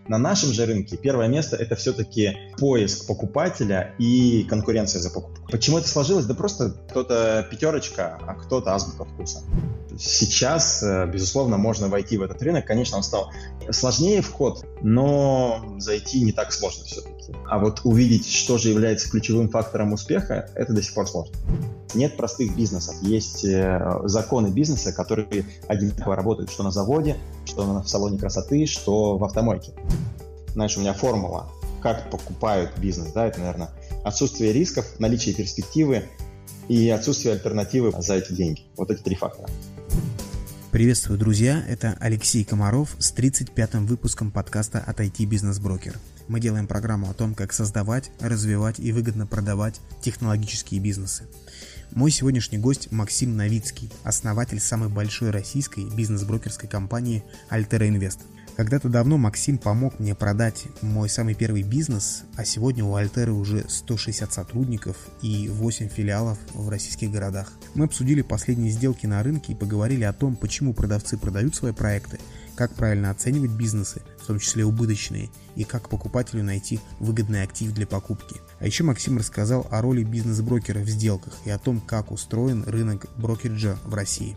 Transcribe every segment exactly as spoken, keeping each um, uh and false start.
На нашем же рынке первое место – это все-таки поиск покупателя и конкуренция за покупку. Почему это сложилось? Да просто кто-то пятерочка, а кто-то азбука вкуса. Сейчас, безусловно, можно войти в этот рынок. Конечно, он стал сложнее вход, но зайти не так сложно все-таки. А вот увидеть, что же является ключевым фактором успеха, это до сих пор сложно. Нет простых бизнесов. Есть законы бизнеса, которые одинаково работают что на заводе, что в салоне красоты, что в автомойке. Знаешь, у меня формула, как покупают бизнес, да, это, наверное, отсутствие рисков, наличие перспективы и отсутствие альтернативы за эти деньги. Вот эти три фактора. Приветствую, друзья! Это Алексей Комаров с тридцать пятым выпуском подкаста от ай ти-бизнес-брокер. Мы делаем программу о том, как создавать, развивать и выгодно продавать технологические бизнесы. Мой сегодняшний гость Максим Новицкий, основатель самой большой российской бизнес-брокерской компании Altera Invest. Когда-то давно Максим помог мне продать мой самый первый бизнес, а сегодня у Altera уже сто шестьдесят сотрудников и восемь филиалов в российских городах. Мы обсудили последние сделки на рынке и поговорили о том, почему продавцы продают свои проекты, как правильно оценивать бизнесы, в том числе убыточные, и как покупателю найти выгодный актив для покупки. А еще Максим рассказал о роли бизнес-брокера в сделках и о том, как устроен рынок брокериджа в России.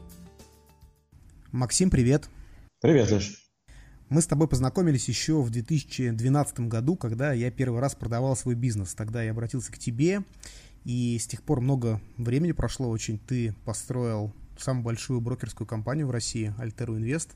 Максим, привет! Привет, Леш! Мы с тобой познакомились еще в две тысячи двенадцатом году, когда я первый раз продавал свой бизнес. Тогда я обратился к тебе, и с тех пор много времени прошло очень. Ты построил самую большую брокерскую компанию в России, Altera Invest,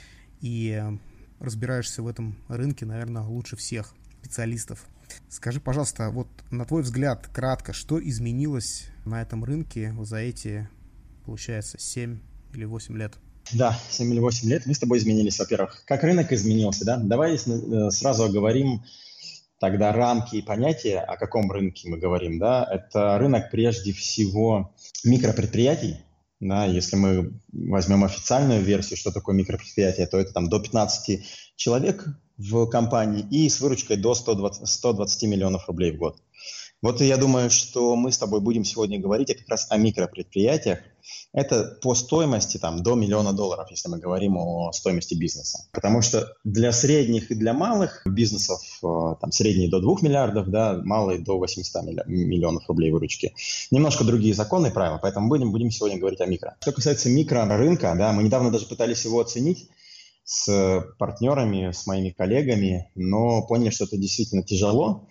и разбираешься в этом рынке, наверное, лучше всех специалистов. Скажи, пожалуйста, вот на твой взгляд, кратко, что изменилось на этом рынке за эти, получается, семь или восемь лет? Да, семь или восемь лет мы с тобой изменились, во-первых. Как рынок изменился, да? Давай сразу оговорим тогда рамки и понятия, о каком рынке мы говорим, да? Это рынок прежде всего микропредприятий, да? Если мы возьмем официальную версию, что такое микропредприятие, то это там до пятнадцати человек в компании и с выручкой до ста двадцати миллионов рублей в год. Вот и я думаю, что мы с тобой будем сегодня говорить как раз о микропредприятиях. Это по стоимости там, до миллиона долларов, если мы говорим о стоимости бизнеса. Потому что для средних и для малых бизнесов, там, средние до двух миллиардов, да, малые до восьмисот миллионов рублей выручки, немножко другие законы и правила, поэтому будем, будем сегодня говорить о микро. Что касается микрорынка, да, мы недавно даже пытались его оценить с партнерами, с моими коллегами, но поняли, что это действительно тяжело.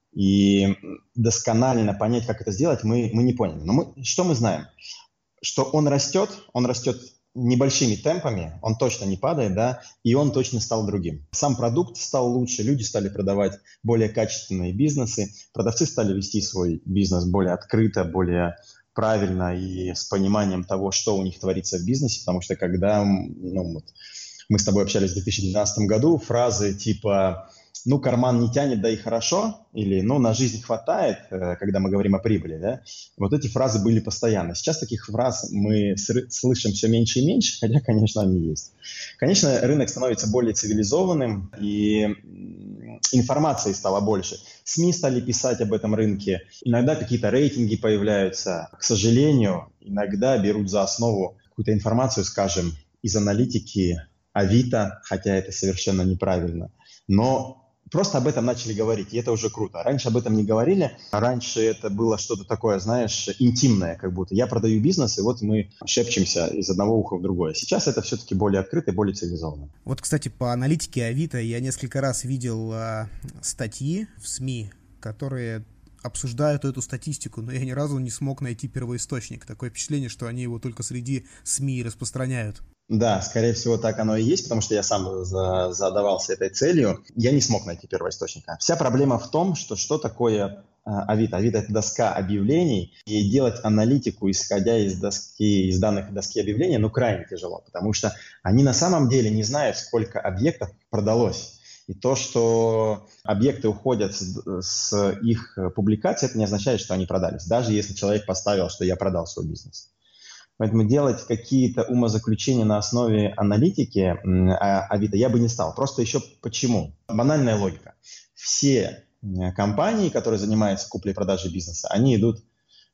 И досконально понять, как это сделать, мы, мы не поняли. Но мы, что мы знаем? Что он растет, он растет небольшими темпами, он точно не падает, да, и он точно стал другим. Сам продукт стал лучше, люди стали продавать более качественные бизнесы, продавцы стали вести свой бизнес более открыто, более правильно и с пониманием того, что у них творится в бизнесе, потому что когда ну, вот, мы с тобой общались в две тысячи двенадцатом году, фразы типа «ну, карман не тянет, да и хорошо», или «ну, на жизнь хватает», когда мы говорим о прибыли, да, вот эти фразы были постоянно. Сейчас таких фраз мы слышим все меньше и меньше, хотя, конечно, они есть. Конечно, рынок становится более цивилизованным, и информации стало больше. СМИ стали писать об этом рынке, иногда какие-то рейтинги появляются. К сожалению, иногда берут за основу какую-то информацию, скажем, из аналитики Авито, хотя это совершенно неправильно, но просто об этом начали говорить, и это уже круто. Раньше об этом не говорили, а раньше это было что-то такое, знаешь, интимное, как будто. Я продаю бизнес, и вот мы шепчемся из одного уха в другое. Сейчас это все-таки более открыто и более цивилизованно. Вот, кстати, по аналитике Авито я несколько раз видел а, статьи в СМИ, которые обсуждают эту статистику, но я ни разу не смог найти первоисточник. Такое впечатление, что они его только среди СМИ распространяют. Да, скорее всего, так оно и есть, потому что я сам за, задавался этой целью. Я не смог найти первоисточника. Вся проблема в том, что что такое Авито? Авито – это доска объявлений, и делать аналитику, исходя из доски, из данных доски объявления, ну, крайне тяжело, потому что они на самом деле не знают, сколько объектов продалось. И то, что объекты уходят с, с их публикации, это не означает, что они продались, даже если человек поставил, что я продал свой бизнес. Поэтому делать какие-то умозаключения на основе аналитики Авито я бы не стал. Просто еще почему? Банальная логика. Все компании, которые занимаются куплей-продажей бизнеса, они идут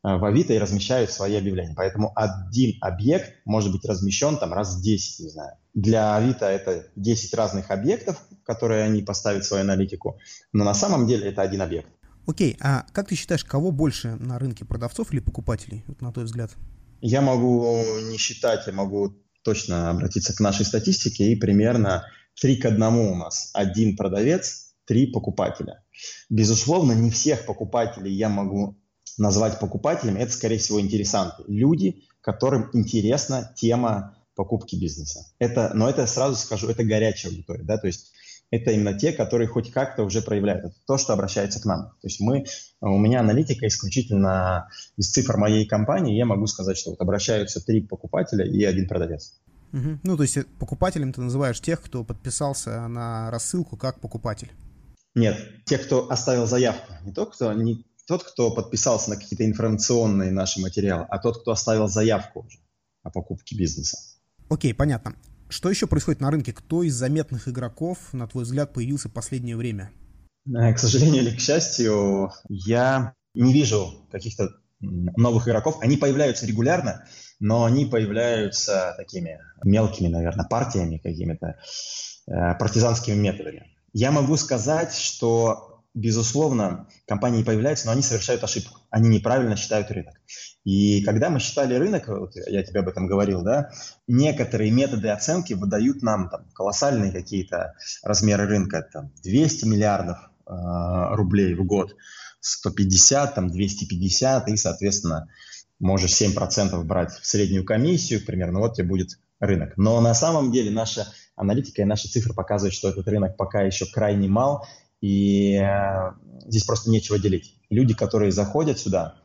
в Авито и размещают свои объявления. Поэтому один объект может быть размещен там раз в десять, не знаю. Для Авито это десять разных объектов, которые они поставят в свою аналитику, но на самом деле это один объект. Окей, а как ты считаешь, кого больше на рынке, продавцов или покупателей, вот на твой взгляд? Я могу не считать, я могу точно обратиться к нашей статистике, и примерно три к одному у нас. Один продавец, три покупателя. Безусловно, не всех покупателей я могу назвать покупателями, это, скорее всего, интересанты. Люди, которым интересна тема покупки бизнеса. Это, но это, сразу скажу, это горячая аудитория, да, то есть это именно те, которые хоть как-то уже проявляют. Это то, что обращается к нам. То есть мы, у меня аналитика исключительно из цифр моей компании. Я могу сказать, что вот обращаются три покупателя и один продавец. Угу. Ну, то есть покупателем ты называешь тех, кто подписался на рассылку как покупатель? Нет, те, кто оставил заявку. Не тот, кто, не тот, кто подписался на какие-то информационные наши материалы, а тот, кто оставил заявку уже о покупке бизнеса. Окей, понятно. Что еще происходит на рынке? Кто из заметных игроков, на твой взгляд, появился в последнее время? К сожалению или к счастью, я не вижу каких-то новых игроков. Они появляются регулярно, но они появляются такими мелкими, наверное, партиями, какими-то э, партизанскими методами. Я могу сказать, что, безусловно, компании появляются, но они совершают ошибку. Они неправильно считают рынок. И когда мы считали рынок, вот я тебе об этом говорил, да, некоторые методы оценки выдают нам там, колоссальные какие-то размеры рынка, там, двести миллиардов э, рублей в год, сто пятьдесят, там, двести пятьдесят, и, соответственно, можешь семь процентов брать в среднюю комиссию, примерно, вот тебе будет рынок. Но на самом деле наша аналитика и наши цифры показывают, что этот рынок пока еще крайне мал, и э, здесь просто нечего делить. Люди, которые заходят сюда,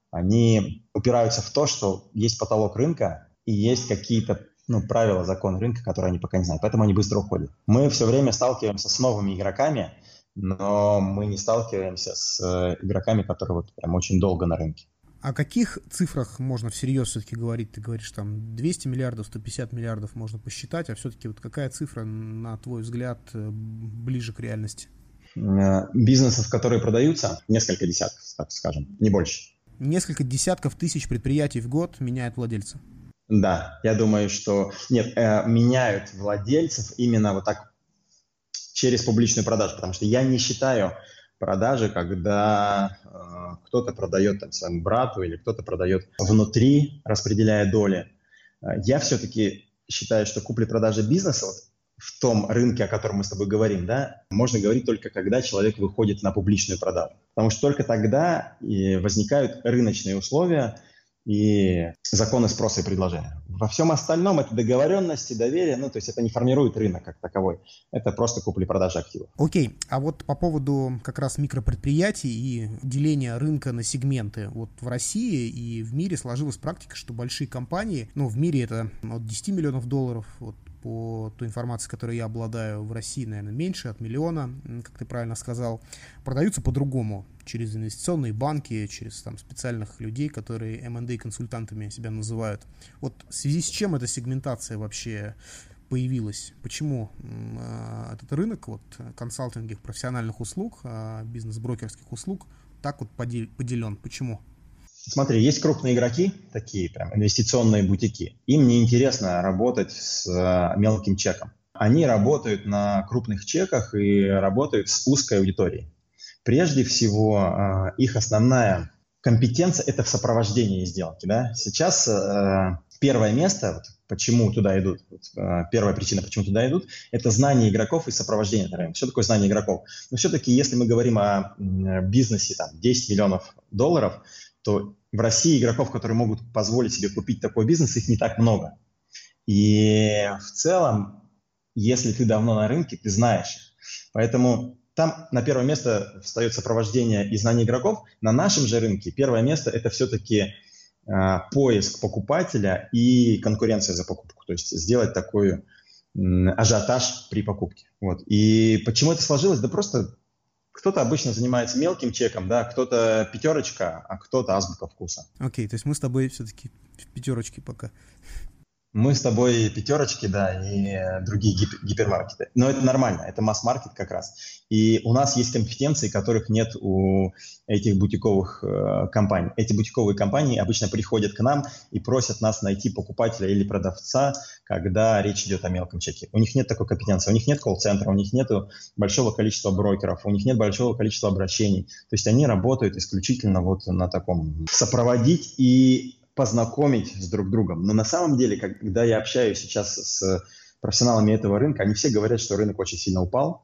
они упираются в то, что есть потолок рынка и есть какие-то ну, правила, законы рынка, которые они пока не знают. Поэтому они быстро уходят. Мы все время сталкиваемся с новыми игроками, но мы не сталкиваемся с игроками, которые вот прям очень долго на рынке. О каких цифрах можно всерьез все-таки говорить? Ты говоришь, там двести миллиардов, сто пятьдесят миллиардов можно посчитать, а все-таки вот какая цифра, на твой взгляд, ближе к реальности? Бизнесов, которые продаются, несколько десятков, так скажем, не больше. Несколько десятков тысяч предприятий в год меняют владельца. Да, я думаю, что... Нет, э, меняют владельцев именно вот так через публичную продажу, потому что я не считаю продажи, когда э, кто-то продает там, своему брату или кто-то продает внутри, распределяя доли. Я все-таки считаю, что купли-продажи бизнеса вот, в том рынке, о котором мы с тобой говорим, да, можно говорить только когда человек выходит на публичную продажу. Потому что только тогда и возникают рыночные условия и законы спроса и предложения. Во всем остальном это договоренности, доверие, ну, то есть это не формирует рынок как таковой. Это просто купли-продажи активов. Окей, а вот по поводу как раз микропредприятий и деления рынка на сегменты. Вот в России и в мире сложилась практика, что большие компании, ну, в мире это от десяти миллионов долларов, вот, по той информации, которой я обладаю, в России, наверное, меньше, от миллиона, как ты правильно сказал, продаются по-другому, через инвестиционные банки, через там, специальных людей, которые эм энд эй-консультантами себя называют. Вот в связи с чем эта сегментация вообще появилась? Почему э, этот рынок вот, консалтинговых профессиональных услуг, э, бизнес-брокерских услуг так вот поделен? Почему? Смотри, есть крупные игроки, такие прям инвестиционные бутики. Им неинтересно работать с э, мелким чеком. Они работают на крупных чеках и работают с узкой аудиторией. Прежде всего, э, их основная компетенция – это в сопровождении сделки. Да? Сейчас э, первое место, вот, почему туда идут, вот, э, первая причина, почему туда идут, это знание игроков и сопровождение на рынке. Что такое знание игроков? Но все-таки, если мы говорим о э, бизнесе там, десять миллионов долларов, то в России игроков, которые могут позволить себе купить такой бизнес, их не так много. И в целом, если ты давно на рынке, ты знаешь. Поэтому там на первое место встает сопровождение и знание игроков. На нашем же рынке первое место – это все-таки э, поиск покупателя и конкуренция за покупку. То есть сделать такой э, ажиотаж при покупке. Вот. И почему это сложилось? Да просто... Кто-то обычно занимается мелким чеком, да, кто-то пятерочка, а кто-то азбука вкуса. Окей, okay, то есть мы с тобой все-таки в пятерочке пока. Мы с тобой пятерочки, да, и другие гип- гипермаркеты. Но это нормально, это масс-маркет как раз. И у нас есть компетенции, которых нет у этих бутиковых э, компаний. Эти бутиковые компании обычно приходят к нам и просят нас найти покупателя или продавца, когда речь идет о мелком чеке. У них нет такой компетенции, у них нет колл-центра, у них нет большого количества брокеров, у них нет большого количества обращений. То есть они работают исключительно вот на таком сопроводить и познакомить с друг другом. Но на самом деле, когда я общаюсь сейчас с профессионалами этого рынка, они все говорят, что рынок очень сильно упал.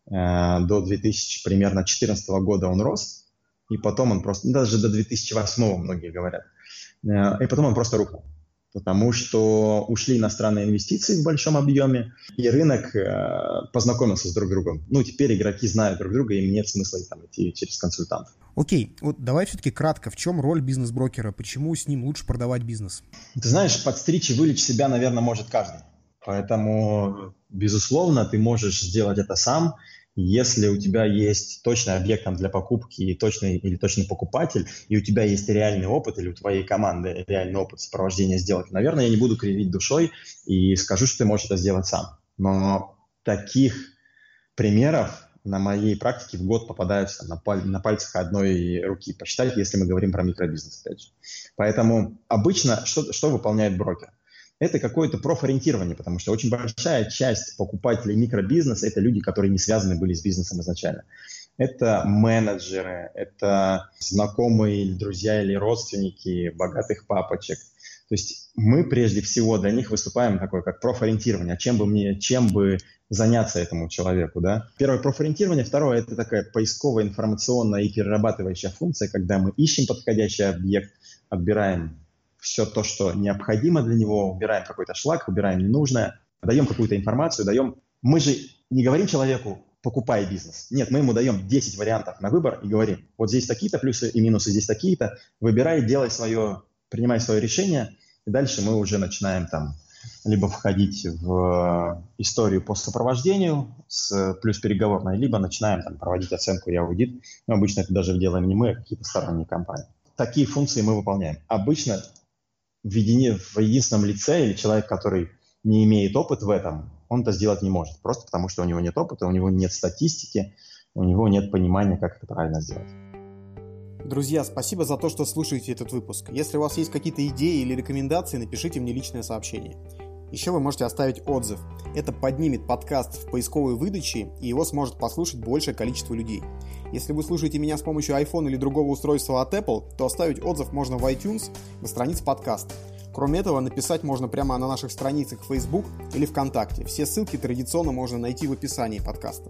До две тысячи примерно четырнадцатого года он рос, и потом он просто, даже до две тысячи восьмого многие говорят, и потом он просто рухнул. Потому что ушли иностранные инвестиции в большом объеме, и рынок э, познакомился с друг другом. Ну, теперь игроки знают друг друга, им нет смысла там идти через консультантов. Окей, вот давай все-таки кратко, в чем роль бизнес-брокера, почему с ним лучше продавать бизнес? Ты знаешь, подстричь и вылечь себя, наверное, может каждый. Поэтому, безусловно, ты можешь сделать это сам. Если у тебя есть точный объект там, для покупки и точный, или точный покупатель, и у тебя есть реальный опыт, или у твоей команды реальный опыт сопровождения сделок, наверное, я не буду кривить душой и скажу, что ты можешь это сделать сам. Но таких примеров на моей практике в год попадаются на, паль- на пальцах одной руки. Посчитать, если мы говорим про микробизнес, опять же. Поэтому обычно что, что выполняет брокер? Это какое-то профориентирование, потому что очень большая часть покупателей микробизнеса – это люди, которые не связаны были с бизнесом изначально. Это менеджеры, это знакомые или друзья или родственники богатых папочек. То есть мы прежде всего для них выступаем такое, как профориентирование. А чем бы мне, чем бы заняться этому человеку, да? Первое – профориентирование, второе – это такая поисковая, информационная и перерабатывающая функция, когда мы ищем подходящий объект, отбираем все то, что необходимо для него, убираем какой-то шлак, убираем ненужное, даем какую-то информацию, даем... Мы же не говорим человеку, покупай бизнес. Нет, мы ему даем десять вариантов на выбор и говорим, вот здесь такие-то плюсы и минусы, здесь такие-то, выбирай, делай свое, принимай свое решение, и дальше мы уже начинаем там либо входить в историю по сопровождению с плюс переговорной, либо начинаем там проводить оценку и аудит. Но обычно это даже делаем не мы, а какие-то сторонние компании. Такие функции мы выполняем. Обычно в, едини, в единственном лице или человек, который не имеет опыта в этом, он это сделать не может. Просто потому, что у него нет опыта, у него нет статистики, у него нет понимания, как это правильно сделать. Друзья, спасибо за то, что слушаете этот выпуск. Если у вас есть какие-то идеи или рекомендации, напишите мне личное сообщение. Еще вы можете оставить отзыв. Это поднимет подкаст в поисковой выдаче, и его сможет послушать большее количество людей. Если вы слушаете меня с помощью iPhone или другого устройства от Apple, то оставить отзыв можно в iTunes на странице подкаста. Кроме этого, написать можно прямо на наших страницах в Facebook или ВКонтакте. Все ссылки традиционно можно найти в описании подкаста.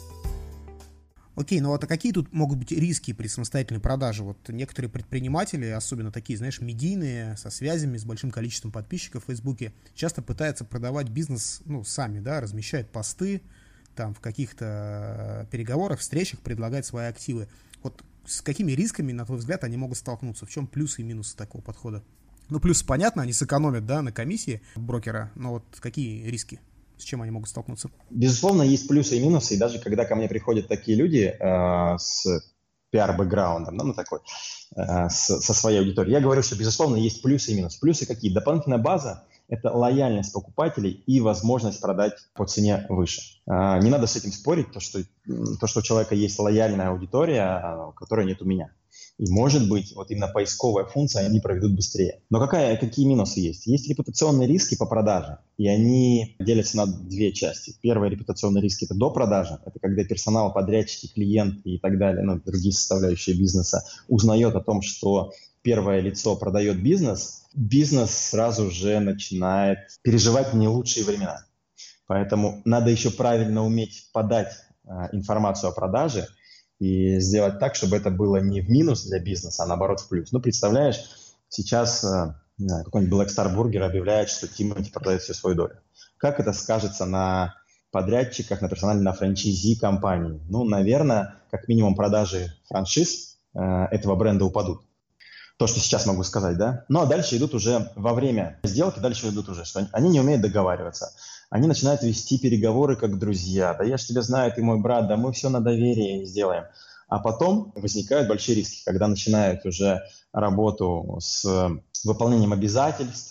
Окей, ну вот а какие тут могут быть риски при самостоятельной продаже? Вот некоторые предприниматели, особенно такие, знаешь, медийные, со связями, с большим количеством подписчиков в Фейсбуке, часто пытаются продавать бизнес, ну, сами, да, размещают посты, там, в каких-то переговорах, встречах предлагать свои активы. Вот с какими рисками, на твой взгляд, они могут столкнуться? В чем плюсы и минусы такого подхода? Ну, плюсы, понятно, они сэкономят, да, на комиссии брокера, но вот какие риски? С чем они могут столкнуться? Безусловно, есть плюсы и минусы, и даже когда ко мне приходят такие люди э, с пиар-бэкграундом, да, ну такой, э, с, со своей аудиторией, я говорю, что, безусловно, есть плюсы и минусы. Плюсы какие? Дополнительная база – это лояльность покупателей и возможность продать по цене выше. Э, не надо с этим спорить, то что, то, что у человека есть лояльная аудитория, которой нет у меня. И, может быть, вот именно поисковая функция они проведут быстрее. Но какая, какие минусы есть? Есть репутационные риски по продаже, и они делятся на две части. Первые репутационные риски – это до продажи. Это когда персонал, подрядчики, клиенты и так далее, ну, другие составляющие бизнеса, узнает о том, что первое лицо продает бизнес, бизнес сразу же начинает переживать не лучшие времена. Поэтому надо еще правильно уметь подать а, информацию о продаже, и сделать так, чтобы это было не в минус для бизнеса, а наоборот в плюс. Ну, представляешь, сейчас не знаю, какой-нибудь Black Star Burger объявляет, что Тимати продает всю свою долю. Как это скажется на подрядчиках, на персонале, на франчайзи компании? Ну, наверное, как минимум продажи франшиз э, этого бренда упадут. То, что сейчас могу сказать, да? Ну, а дальше идут уже во время сделки, дальше идут уже, что они не умеют договариваться. Они начинают вести переговоры как друзья. Да я ж тебя знаю, ты мой брат, да мы все на доверии сделаем. А потом возникают большие риски, когда начинают уже работу с выполнением обязательств,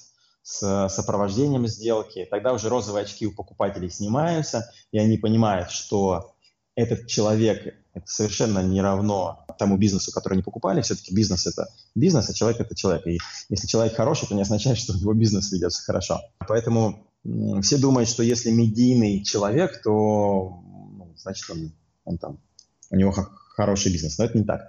с сопровождением сделки. Тогда уже розовые очки у покупателей снимаются, и они понимают, что этот человек – это совершенно не равно тому бизнесу, который они покупали. Все-таки бизнес – это бизнес, а человек – это человек. И если человек хороший, то не означает, что его бизнес ведется хорошо. Поэтому м, все думают, что если медийный человек, то ну, значит он, он там, у него х- хороший бизнес. Но это не так.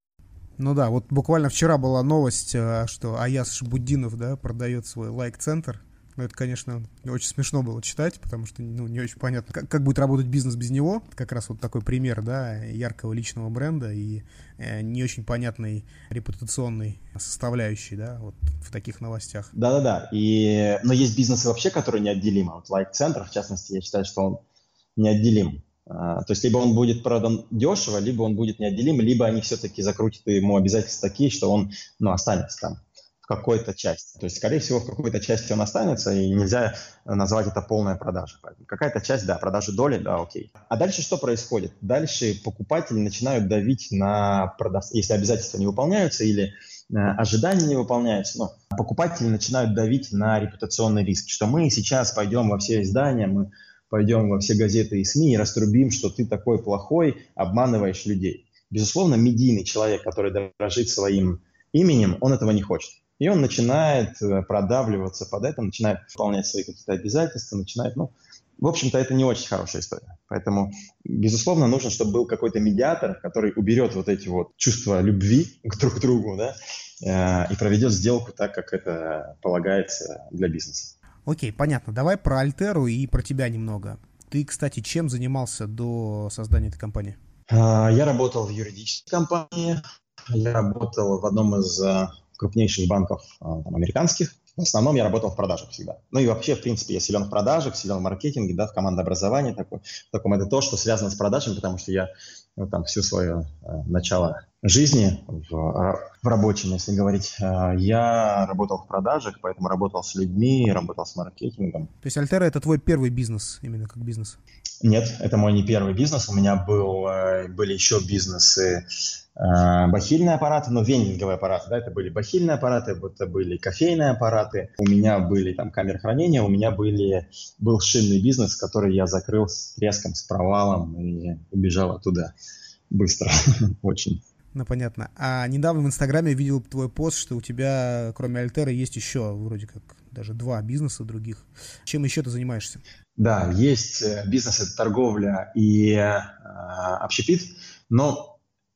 Ну да, вот буквально вчера была новость, что Аяз Шабуддинов, да, продает свой лайк-центр. Ну, это, конечно, очень смешно было читать, потому что, ну, не очень понятно, как, как будет работать бизнес без него. Как раз вот такой пример, да, яркого личного бренда и э, не очень понятной репутационной составляющей, да, вот в таких новостях. Да-да-да, и... но есть бизнесы вообще, которые неотделимы. Вот лайк-центр, в частности, я считаю, что он неотделим. То есть либо он будет продан дешево, либо он будет неотделим, либо они все-таки закрутят ему обязательства такие, что он, ну, останется там в какой-то части. То есть, скорее всего, в какой-то части он останется, и нельзя назвать это полная продажа. Поэтому какая-то часть, да, продажи доли, да, окей. А дальше что происходит? Дальше покупатели начинают давить на продавца, если обязательства не выполняются или ожидания не выполняются, но покупатели начинают давить на репутационный риск, что мы сейчас пойдем во все издания, мы пойдем во все газеты и СМИ и раструбим, что ты такой плохой, обманываешь людей. Безусловно, медийный человек, который дорожит своим именем, он этого не хочет. И он начинает продавливаться под это, начинает выполнять свои какие-то обязательства, начинает, ну, в общем-то, это не очень хорошая история. Поэтому, безусловно, нужно, чтобы был какой-то медиатор, который уберет вот эти вот чувства любви друг к другу, да, и проведет сделку так, как это полагается для бизнеса. Окей, понятно. Давай про Альтеру и про тебя немного. Ты, кстати, чем занимался до создания этой компании? Я работал в юридической компании, я работал в одном из крупнейших банков там, американских. В основном я работал в продажах всегда. Ну и вообще, в принципе, я силен в продажах, силен в маркетинге, да, в командообразовании. Такой, в таком это то, что связано с продажами, потому что я ну, там всю свое э, начало жизни в, в рабочем, если говорить, э, я работал в продажах, поэтому работал с людьми, работал с маркетингом. То есть Альтера – это твой первый бизнес, именно как бизнес? Нет, это мой не первый бизнес. У меня был, э, были еще бизнесы, бахильные аппараты, ну, вендинговые аппараты, да, это были бахильные аппараты, это были кофейные аппараты, у меня были там камеры хранения, у меня были, был шинный бизнес, который я закрыл с треском, с провалом и убежал оттуда быстро, очень. Ну, понятно. А недавно в Инстаграме видел твой пост, что у тебя, кроме Альтеры, есть еще вроде как даже два бизнеса других. Чем еще ты занимаешься? Да, есть бизнес, это торговля и э, общепит, но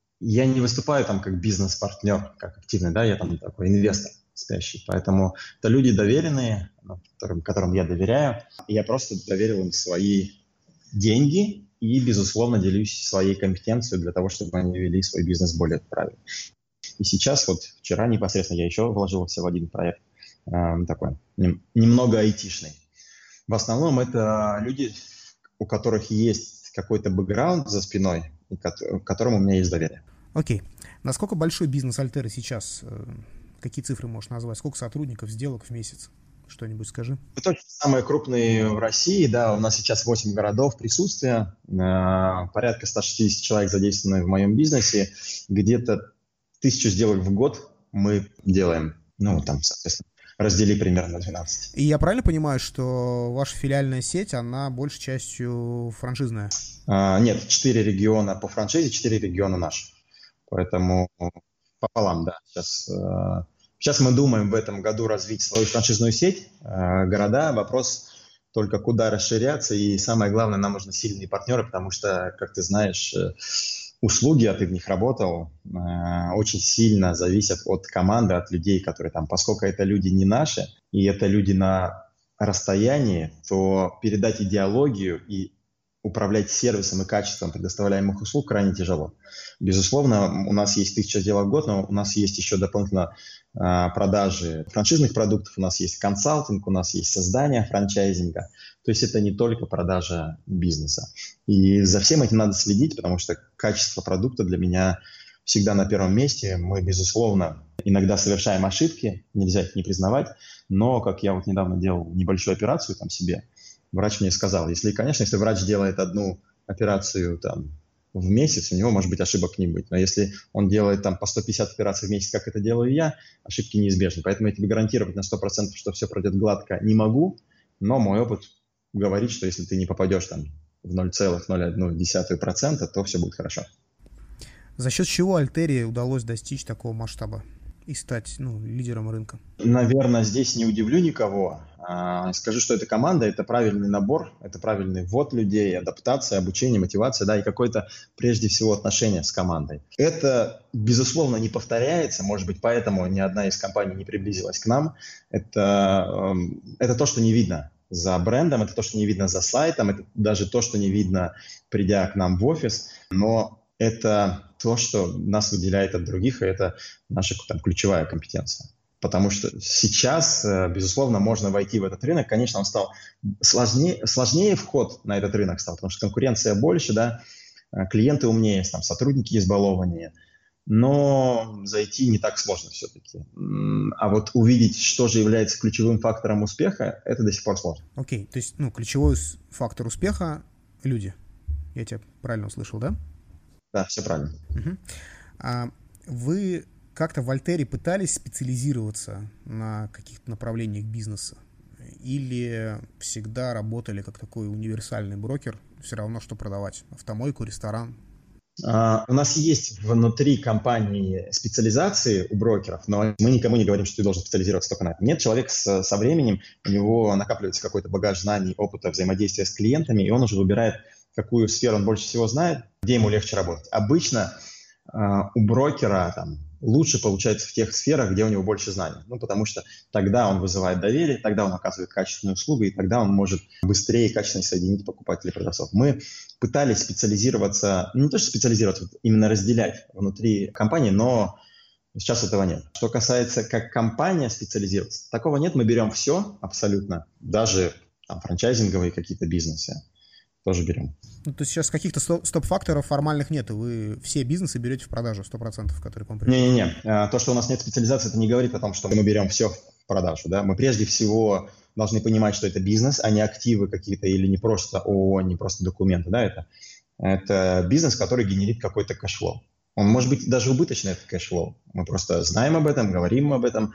я не выступаю там как бизнес-партнер, как активный, да, я там такой инвестор спящий, поэтому это люди доверенные, которым, которым я доверяю, и я просто доверил им свои деньги и, безусловно, делюсь своей компетенцией для того, чтобы они вели свой бизнес более правильно. И сейчас, вот вчера непосредственно я еще вложился в один проект, э, такой, нем, немного айтишный. В основном это люди, у которых есть какой-то бэкграунд за спиной, и к которому у меня есть доверие. Окей. Насколько большой бизнес Альтеры сейчас? Какие цифры можешь назвать? Сколько сотрудников, сделок в месяц? Что-нибудь скажи. Это самый крупный в России, да, у нас сейчас восемь городов присутствия, порядка сто шестьдесят человек задействованы в моем бизнесе, где-то тысячу сделок в год мы делаем, ну, там, соответственно, раздели примерно двенадцать. И я правильно понимаю, что ваша филиальная сеть, она большей частью франшизная? А, нет, четыре региона по франшизе, четыре региона наши. Поэтому пополам, да. Сейчас, э, сейчас мы думаем в этом году развить свою франшизную сеть, э, города. Вопрос только куда расширяться. И самое главное, нам нужны сильные партнеры, потому что, как ты знаешь, э, услуги, а ты в них работал, э, очень сильно зависят от команды, от людей, которые там. Поскольку это люди не наши, и это люди на расстоянии, то передать идеологию и управлять сервисом и качеством предоставляемых услуг крайне тяжело. Безусловно, у нас есть тысяча сделок в год, но у нас есть еще дополнительно а, продажи франшизных продуктов, у нас есть консалтинг, у нас есть создание франчайзинга. То есть это не только продажа бизнеса. И за всем этим надо следить, потому что качество продукта для меня всегда на первом месте. Мы, безусловно, иногда совершаем ошибки, нельзя их не признавать, но, как я вот недавно делал небольшую операцию там себе, врач мне сказал, если, конечно, если врач делает одну операцию там в месяц, у него, может быть, ошибок не быть. Но если он делает там по сто пятьдесят операций в месяц, как это делаю я, ошибки неизбежны. Поэтому я тебе гарантировать на сто процентов, что все пройдет гладко, не могу, но мой опыт говорит, что если ты не попадешь там в ноль целых ноль одна десятая процента, то все будет хорошо. За счет чего Альтерии удалось достичь такого масштаба и стать, ну, лидером рынка? Наверное, здесь не удивлю никого. Скажу, что это команда, это правильный набор, это правильный ввод людей, адаптация, обучение, мотивация, да, и какое-то, прежде всего, отношение с командой. Это, безусловно, не повторяется, может быть, поэтому ни одна из компаний не приблизилась к нам. Это, это то, что не видно за брендом, это то, что не видно за сайтом, это даже то, что не видно, придя к нам в офис, но это то, что нас выделяет от других, и это наша там ключевая компетенция. Потому что сейчас, безусловно, можно войти в этот рынок. Конечно, он стал сложнее, сложнее вход на этот рынок стал, потому что конкуренция больше, да, клиенты умнее, там, сотрудники избалованнее. Но зайти не так сложно все-таки. А вот увидеть, что же является ключевым фактором успеха, это до сих пор сложно. Окей, okay, то есть, ну, ключевой фактор успеха – люди. Я тебя правильно услышал, да? Да, все правильно. Uh-huh. А вы как-то в Альтерии пытались специализироваться на каких-то направлениях бизнеса? Или всегда работали как такой универсальный брокер, все равно что продавать? Автомойку, ресторан? Uh, у нас есть внутри компании специализации у брокеров, но мы никому не говорим, что ты должен специализироваться только на этом. Нет, человек с, со временем, у него накапливается какой-то багаж знаний, опыта взаимодействия с клиентами, и он уже выбирает, какую сферу он больше всего знает, где ему легче работать. Обычно uh, у брокера там, лучше получается в тех сферах, где у него больше знаний. Ну, потому что тогда он вызывает доверие, тогда он оказывает качественную услугу, и тогда он может быстрее и качественно соединить покупателей и продавцов. Мы пытались специализироваться, не то что специализироваться, именно разделять внутри компании, но сейчас этого нет. Что касается, как компания специализироваться, такого нет. Мы берем все абсолютно, даже там, франчайзинговые какие-то бизнесы. Тоже берем. Ну, то есть сейчас каких-то стоп-факторов формальных нет, и вы все бизнесы берете в продажу сто процентов, которые к вам приходят? Не-не-не. То, что у нас нет специализации, это не говорит о том, что мы берем все в продажу. Да? Мы прежде всего должны понимать, что это бизнес, а не активы какие-то или не просто ООО, не просто документы. Да? Это, это бизнес, который генерит какой-то кэшфлоу. Он может быть даже убыточный, этот кэшфлоу. Мы просто знаем об этом, говорим об этом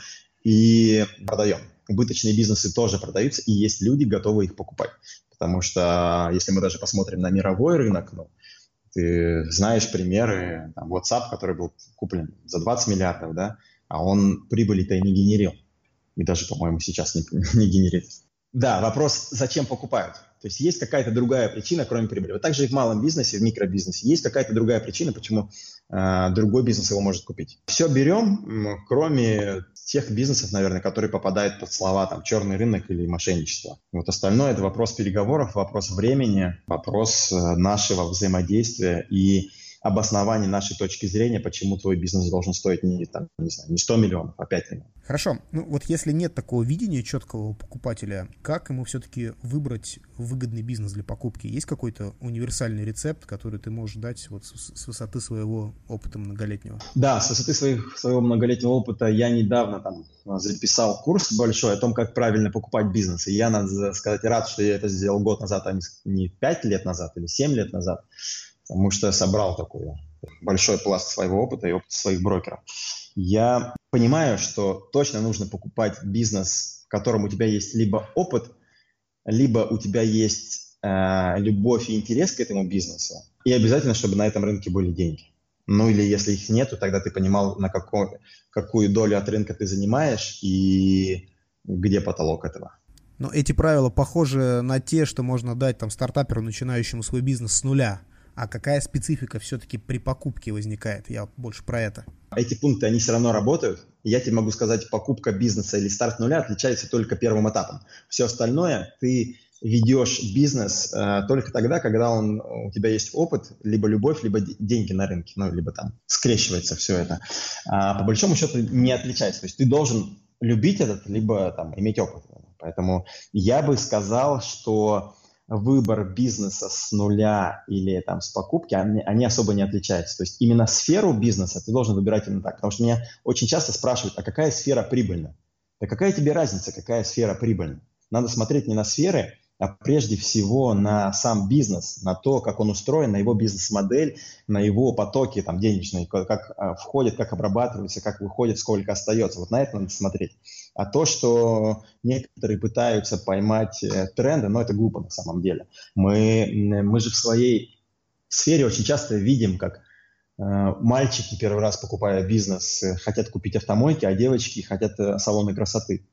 и продаем. Убыточные бизнесы тоже продаются, и есть люди, готовые их покупать. Потому что если мы даже посмотрим на мировой рынок, ну, ты знаешь примеры, там, WhatsApp, который был куплен за двадцать миллиардов, да, а он прибыли-то и не генерил. И даже, по-моему, сейчас не, не генерит. Да, вопрос, зачем покупают? То есть есть какая-то другая причина, кроме прибыли. Вот так же и в малом бизнесе, в микробизнесе. Есть какая-то другая причина, почему э, другой бизнес его может купить. Все берем, кроме тех бизнесов, наверное, которые попадают под слова там, черный рынок или мошенничество. Вот остальное – это вопрос переговоров, вопрос времени, вопрос э, нашего взаимодействия и обоснование нашей точки зрения, почему твой бизнес должен стоить не, там, не знаю, не сто миллионов, а пять миллионов. Хорошо. Ну вот если нет такого видения четкого у покупателя, как ему все-таки выбрать выгодный бизнес для покупки? Есть какой-то универсальный рецепт, который ты можешь дать вот с, с высоты своего опыта многолетнего? Да, с высоты своих, своего многолетнего опыта я недавно там записал курс большой о том, как правильно покупать бизнес. И я, надо сказать, рад, что я это сделал год назад, а не пять лет назад или семь лет назад. Потому что я собрал такой большой пласт своего опыта и опыта своих брокеров. Я понимаю, что точно нужно покупать бизнес, в котором у тебя есть либо опыт, либо у тебя есть э, любовь и интерес к этому бизнесу. И обязательно, чтобы на этом рынке были деньги. Ну или если их нету, тогда ты понимал, на какой, какую долю от рынка ты занимаешь и где потолок этого. Но эти правила похожи на те, что можно дать там стартаперу, начинающему свой бизнес с нуля. А какая специфика все-таки при покупке возникает? Я больше про это. Эти пункты, они все равно работают. Я тебе могу сказать, покупка бизнеса или старт нуля отличается только первым этапом. Все остальное ты ведешь бизнес э, только тогда, когда он, у тебя есть опыт, либо любовь, либо деньги на рынке, ну, либо там скрещивается все это. А по большому счету не отличается. То есть ты должен любить этот, либо там иметь опыт. Поэтому я бы сказал, что выбор бизнеса с нуля или там с покупки, они, они особо не отличаются. То есть именно сферу бизнеса ты должен выбирать именно так. Потому что меня очень часто спрашивают, а какая сфера прибыльна? Да какая тебе разница, какая сфера прибыльна? Надо смотреть не на сферы, а прежде всего на сам бизнес, на то, как он устроен, на его бизнес-модель, на его потоки там, денежные, как а, входят, как обрабатываются, как выходит, сколько остается. Вот на это надо смотреть. А то, что некоторые пытаются поймать э, тренды, но это глупо на самом деле. Мы, мы же в своей сфере очень часто видим, как э, мальчики первый раз, покупая бизнес, э, хотят купить автомойки, а девочки хотят э, салоны красоты.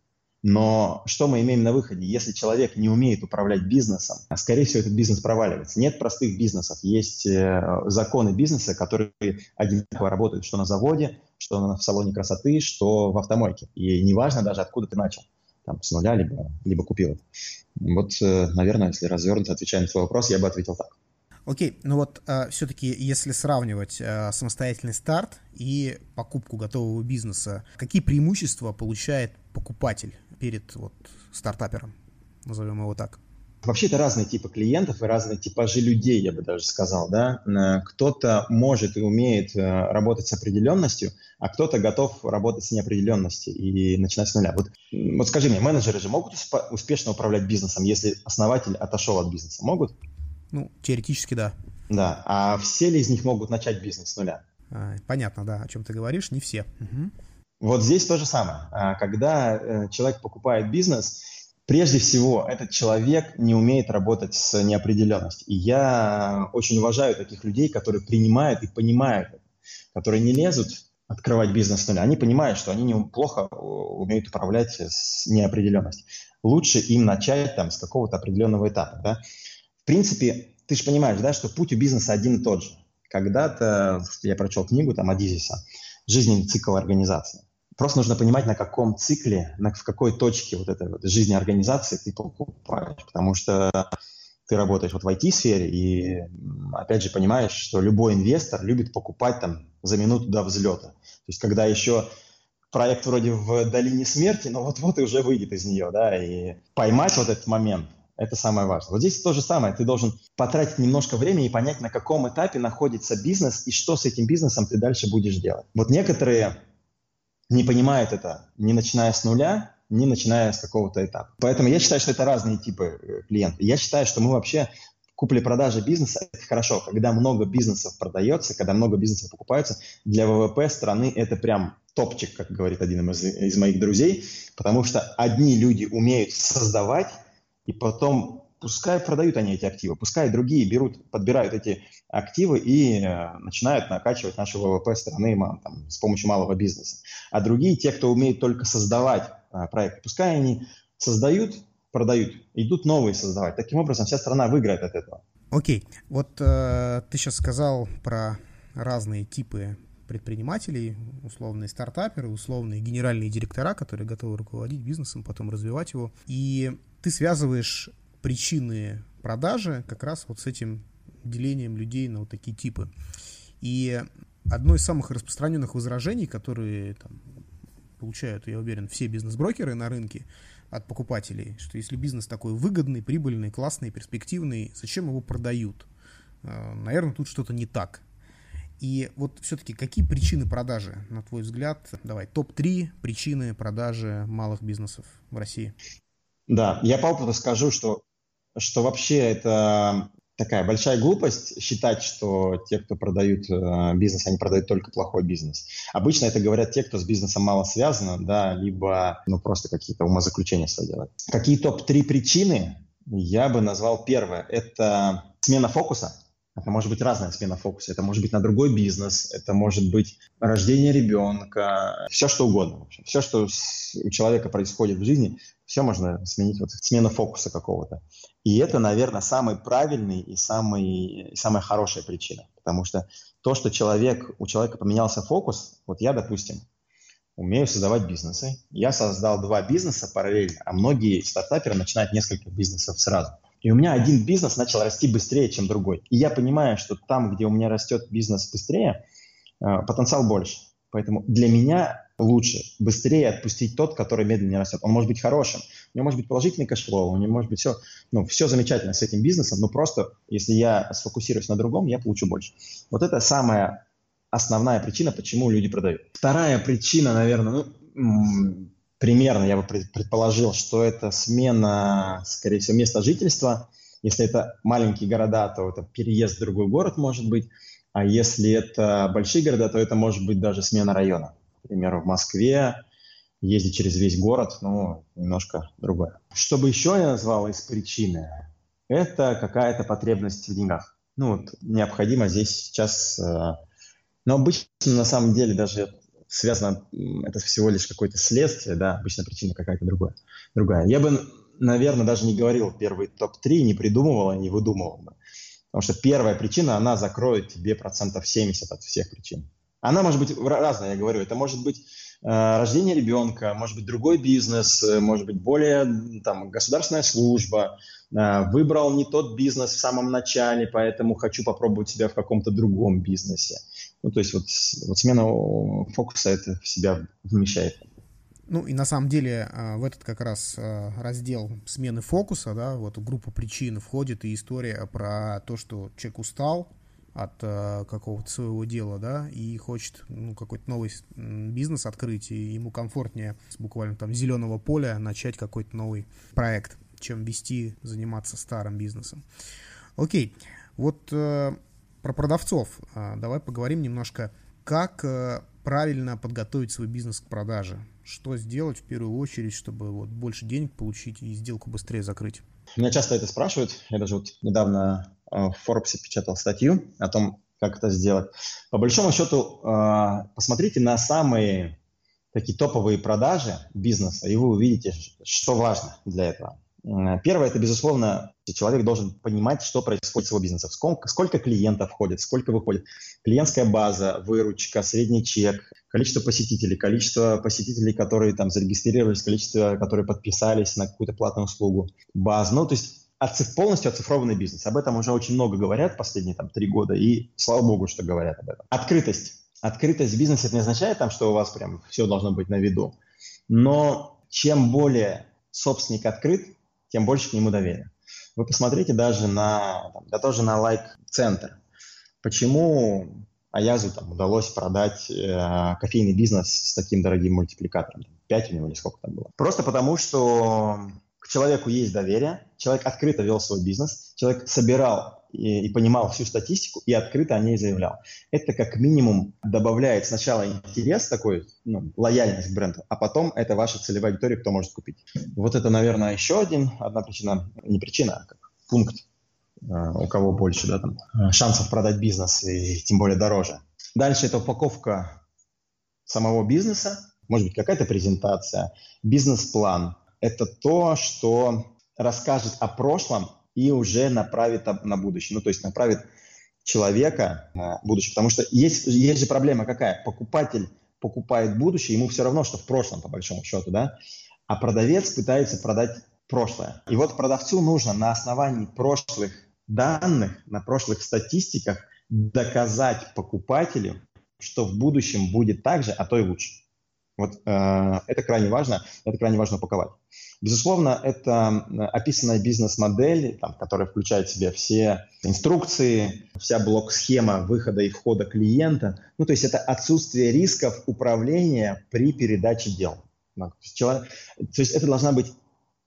Но что мы имеем на выходе? Если человек не умеет управлять бизнесом, скорее всего, этот бизнес проваливается. Нет простых бизнесов. Есть э, законы бизнеса, которые одинаково работают что на заводе, что в салоне красоты, что в автомойке. И неважно даже, откуда ты начал. Там, с нуля, либо, либо купил это. Вот, э, наверное, если развернуто отвечая на твой вопрос, я бы ответил так. Окей, ну вот э, все-таки, если сравнивать э, самостоятельный старт и покупку готового бизнеса, какие преимущества получает покупатель перед вот, стартапером, назовем его так? Вообще это разные типы клиентов и разные типажи людей, я бы даже сказал, да. Кто-то может и умеет работать с определенностью, а кто-то готов работать с неопределенностью и начинать с нуля. Вот, вот скажи мне, менеджеры же могут успешно управлять бизнесом, если основатель отошел от бизнеса? Могут? Ну, теоретически, да. Да. А все ли из них могут начать бизнес с нуля? А, понятно, да, о чем ты говоришь, не все. Угу. Вот здесь то же самое. Когда человек покупает бизнес, прежде всего, этот человек не умеет работать с неопределенностью. И я очень уважаю таких людей, которые принимают и понимают это, которые не лезут открывать бизнес с нуля. Они понимают, что они плохо умеют управлять с неопределенностью. Лучше им начать там, с какого-то определенного этапа. Да? В принципе, ты же понимаешь, да, что путь у бизнеса один и тот же. Когда-то я прочел книгу там, Адизиса «Жизненный цикл организации». Просто нужно понимать, на каком цикле, на, в какой точке вот этой вот жизни организации ты покупаешь. Потому что ты работаешь вот в ай ти-сфере и, опять же, понимаешь, что любой инвестор любит покупать там за минуту до взлета. То есть, когда еще проект вроде в долине смерти, но вот-вот и уже выйдет из нее, да, и поймать вот этот момент – это самое важное. Вот здесь то же самое. Ты должен потратить немножко времени и понять, на каком этапе находится бизнес и что с этим бизнесом ты дальше будешь делать. Вот некоторые не понимают это, не начиная с нуля, не начиная с какого-то этапа. Поэтому я считаю, что это разные типы клиентов. Я считаю, что мы вообще купли-продажи бизнеса – это хорошо. Когда много бизнесов продается, когда много бизнесов покупаются, для вэ вэ пэ страны это прям топчик, как говорит один из, из моих друзей, потому что одни люди умеют создавать, и потом пускай продают они эти активы, пускай другие берут, подбирают эти активы и э, начинают накачивать нашу вэ вэ пэ страны там, с помощью малого бизнеса. А другие, те, кто умеет только создавать э, проекты, пускай они создают, продают, идут новые создавать. Таким образом, вся страна выиграет от этого. Окей, вот э, ты сейчас сказал про разные типы предпринимателей, условные стартаперы, условные генеральные директора, которые готовы руководить бизнесом, потом развивать его. И ты связываешь причины продажи как раз вот с этим делением людей на вот такие типы. И одно из самых распространенных возражений, которые там, получают, я уверен, все бизнес-брокеры на рынке от покупателей, что если бизнес такой выгодный, прибыльный, классный, перспективный, зачем его продают? Наверное, тут что-то не так. И вот все-таки какие причины продажи, на твой взгляд? Давай, топ три причины продажи малых бизнесов в России. Да, я по опыту скажу, что, что вообще это такая большая глупость считать, что те, кто продают э, бизнес, они продают только плохой бизнес. Обычно это говорят те, кто с бизнесом мало связан, да, либо ну, просто какие-то умозаключения свои делают. Какие топ три причины? Я бы назвал первое. Это смена фокуса. Это может быть разная смена фокуса. Это может быть на другой бизнес, это может быть рождение ребенка, все что угодно. В общем. Все, что у человека происходит в жизни, все можно сменить, вот смена фокуса какого-то. И это, наверное, самый правильный и, самый, и самая хорошая причина. Потому что то, что человек, у человека поменялся фокус, вот я, допустим, умею создавать бизнесы. Я создал два бизнеса параллельно, а многие стартаперы начинают несколько бизнесов сразу. И у меня один бизнес начал расти быстрее, чем другой. И я понимаю, что там, где у меня растет бизнес быстрее, потенциал больше. Поэтому для меня лучше быстрее отпустить тот, который медленнее растет. Он может быть хорошим, у него может быть положительный кэшфлоу, у него может быть все, ну, все замечательно с этим бизнесом, но просто если я сфокусируюсь на другом, я получу больше. Вот это самая основная причина, почему люди продают. Вторая причина, наверное, ну, примерно я бы предположил, что это смена, скорее всего, места жительства. Если это маленькие города, то это переезд в другой город может быть. А если это большие города, то это может быть даже смена района. К примеру, в Москве ездить через весь город, ну, немножко другое. Что бы еще я назвал из причины, это какая-то потребность в деньгах. Ну, вот необходимо здесь сейчас... Но обычно, на самом деле, даже связано, это всего лишь какое-то следствие, да, обычно причина какая-то другая. другая. Я бы, наверное, даже не говорил первый топ три, не придумывал, не выдумывал бы. Потому что первая причина, она закроет тебе процентов семьдесят от всех причин. Она может быть разная, я говорю. Это может быть э, рождение ребенка, может быть другой бизнес, может быть более там, государственная служба. Э, выбрал не тот бизнес в самом начале, поэтому хочу попробовать себя в каком-то другом бизнесе. Ну, то есть вот, вот смена фокуса это в себя вмещает. Ну и на самом деле в этот как раз раздел смены фокуса, да, вот группа причин входит и история про то, что человек устал от какого-то своего дела, да, и хочет, ну, какой-то новый бизнес открыть, и ему комфортнее с буквально там зеленого поля начать какой-то новый проект, чем вести, заниматься старым бизнесом. Окей, вот про продавцов давай поговорим немножко, как правильно подготовить свой бизнес к продаже. Что сделать в первую очередь, чтобы вот больше денег получить и сделку быстрее закрыть? Меня часто это спрашивают. Я даже вот недавно в Forbes печатал статью о том, как это сделать. По большому счету, посмотрите на самые такие топовые продажи бизнеса, и вы увидите, что важно для этого. Первое, это, безусловно, человек должен понимать, что происходит с его бизнесом. Сколько, сколько клиентов входит, сколько выходит. Клиентская база, выручка, средний чек, количество посетителей, количество посетителей, которые там зарегистрировались, количество, которые подписались на какую-то платную услугу, базу. Ну, то есть оциф, полностью оцифрованный бизнес. Об этом уже очень много говорят последние там три года, и слава богу, что говорят об этом. Открытость. Открытость в бизнесе это не означает, там, что у вас прям все должно быть на виду. Но чем более собственник открыт, тем больше к нему доверия. Вы посмотрите даже на, там, да тоже на лайк-центр. Почему Аязу там удалось продать э, кофейный бизнес с таким дорогим мультипликатором? пять у него или сколько там было? Просто потому, что к человеку есть доверие, человек открыто вел свой бизнес, человек собирал и, и понимал всю статистику и открыто о ней заявлял. Это как минимум добавляет сначала интерес такой, ну, лояльность к бренду, а потом это ваша целевая аудитория, кто может купить. Вот это, наверное, еще один, одна причина, не причина, а как пункт, у кого больше, да, там, шансов продать бизнес и тем более дороже. Дальше это упаковка самого бизнеса, может быть, какая-то презентация, бизнес-план. Это то, что расскажет о прошлом и уже направит на будущее. Ну, то есть направит человека на будущее. Потому что есть, есть же проблема какая? Покупатель покупает будущее, ему все равно, что в прошлом, по большому счету, да? А продавец пытается продать прошлое. И вот продавцу нужно на основании прошлых данных, на прошлых статистиках доказать покупателю, что в будущем будет так же, а то и лучше. Вот э, это крайне важно, это крайне важно упаковать. Безусловно, это описанная бизнес-модель, там, которая включает в себя все инструкции, вся блок-схема выхода и входа клиента. Ну, то есть это отсутствие рисков управления при передаче дел. То есть, человек, то есть это должна быть